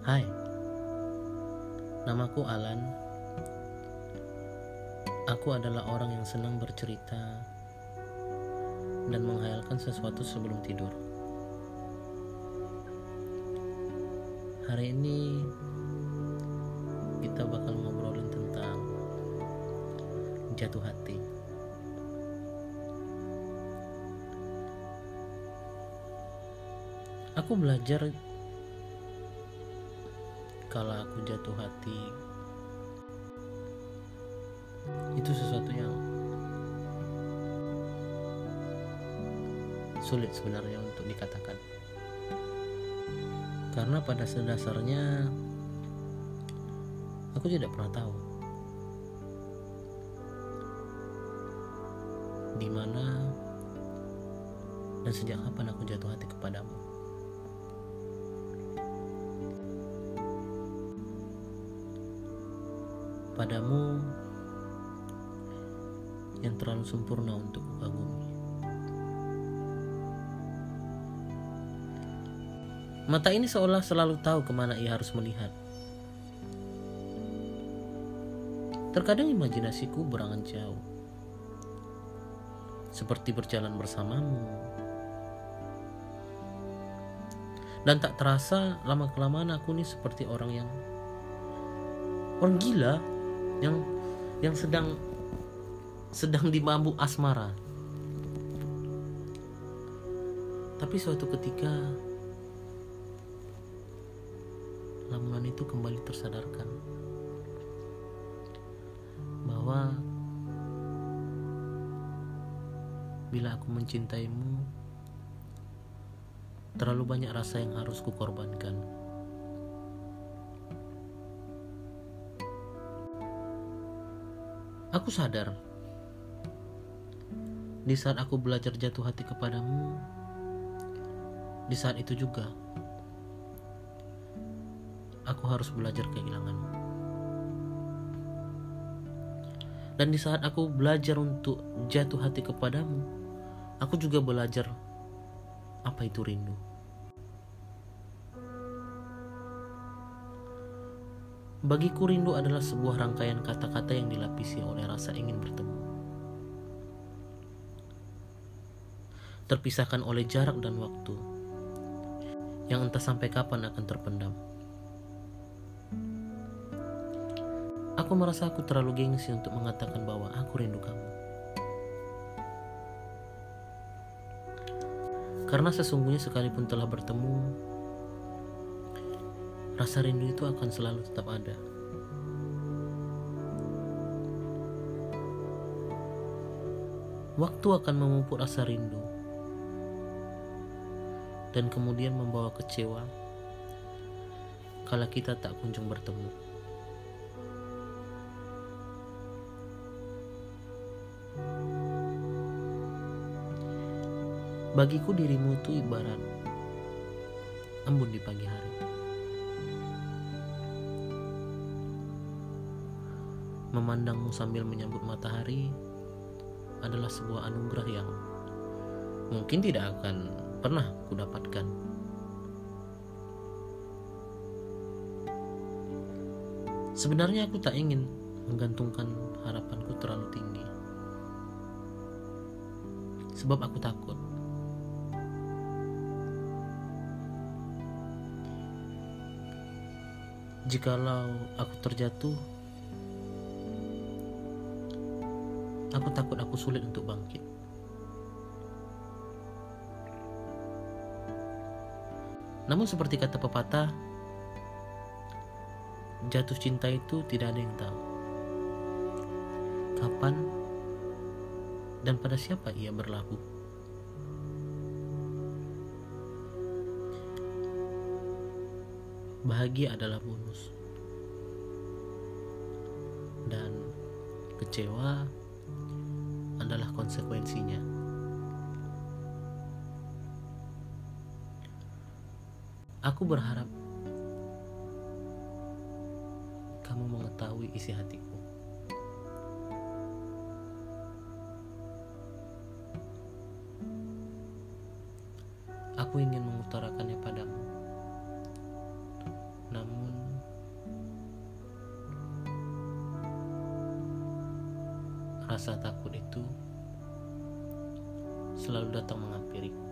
Hai, namaku Alan. Aku adalah orang yang senang bercerita dan menghayalkan sesuatu sebelum tidur. Hari ini kita bakal ngobrolin tentang jatuh hati. Aku belajar kalau aku jatuh hati itu sesuatu yang sulit sebenarnya untuk dikatakan, karena pada dasarnya aku tidak pernah tahu di mana dan sejak kapan aku jatuh hati kepadamu. Padamu yang terlalu sempurna untuk kukagumi. Mata ini seolah selalu tahu kemana ia harus melihat. Terkadang imajinasiku berangan jauh, seperti berjalan bersamamu. Dan tak terasa lama-kelamaan aku nih seperti orang gila yang sedang dimabuk asmara. Tapi suatu ketika lamunan itu kembali tersadarkan bahwa bila aku mencintaimu, terlalu banyak rasa yang harus kukorbankan. Aku sadar di saat aku belajar jatuh hati kepadamu, di saat itu juga aku harus belajar kehilanganmu. Dan di saat aku belajar untuk jatuh hati kepadamu, aku juga belajar apa itu rindu. Bagiku rindu adalah sebuah rangkaian kata-kata yang dilapisi oleh rasa ingin bertemu, terpisahkan oleh jarak dan waktu yang entah sampai kapan akan terpendam. Aku merasa aku terlalu gengsi untuk mengatakan bahwa aku rindu kamu, karena sesungguhnya sekalipun telah bertemu, rasa rindu itu akan selalu tetap ada. Waktu akan memupuk rasa rindu dan kemudian membawa kecewa kala kita tak kunjung bertemu. Bagiku dirimu itu ibarat embun di pagi hari. Memandangmu sambil menyambut matahari adalah sebuah anugerah yang mungkin tidak akan pernah kudapatkan. Sebenarnya aku tak ingin menggantungkan harapanku terlalu tinggi, sebab aku takut jikalau aku terjatuh, aku takut aku sulit untuk bangkit. Namun seperti kata pepatah, jatuh cinta itu tidak ada yang tahu kapan dan pada siapa ia berlabuh. Bahagia adalah bonus, dan kecewa adalah konsekuensinya. Aku berharap kamu mengetahui isi hatiku. Aku ingin mengutarakannya padamu, namun rasa takut itu selalu datang menghampiriku.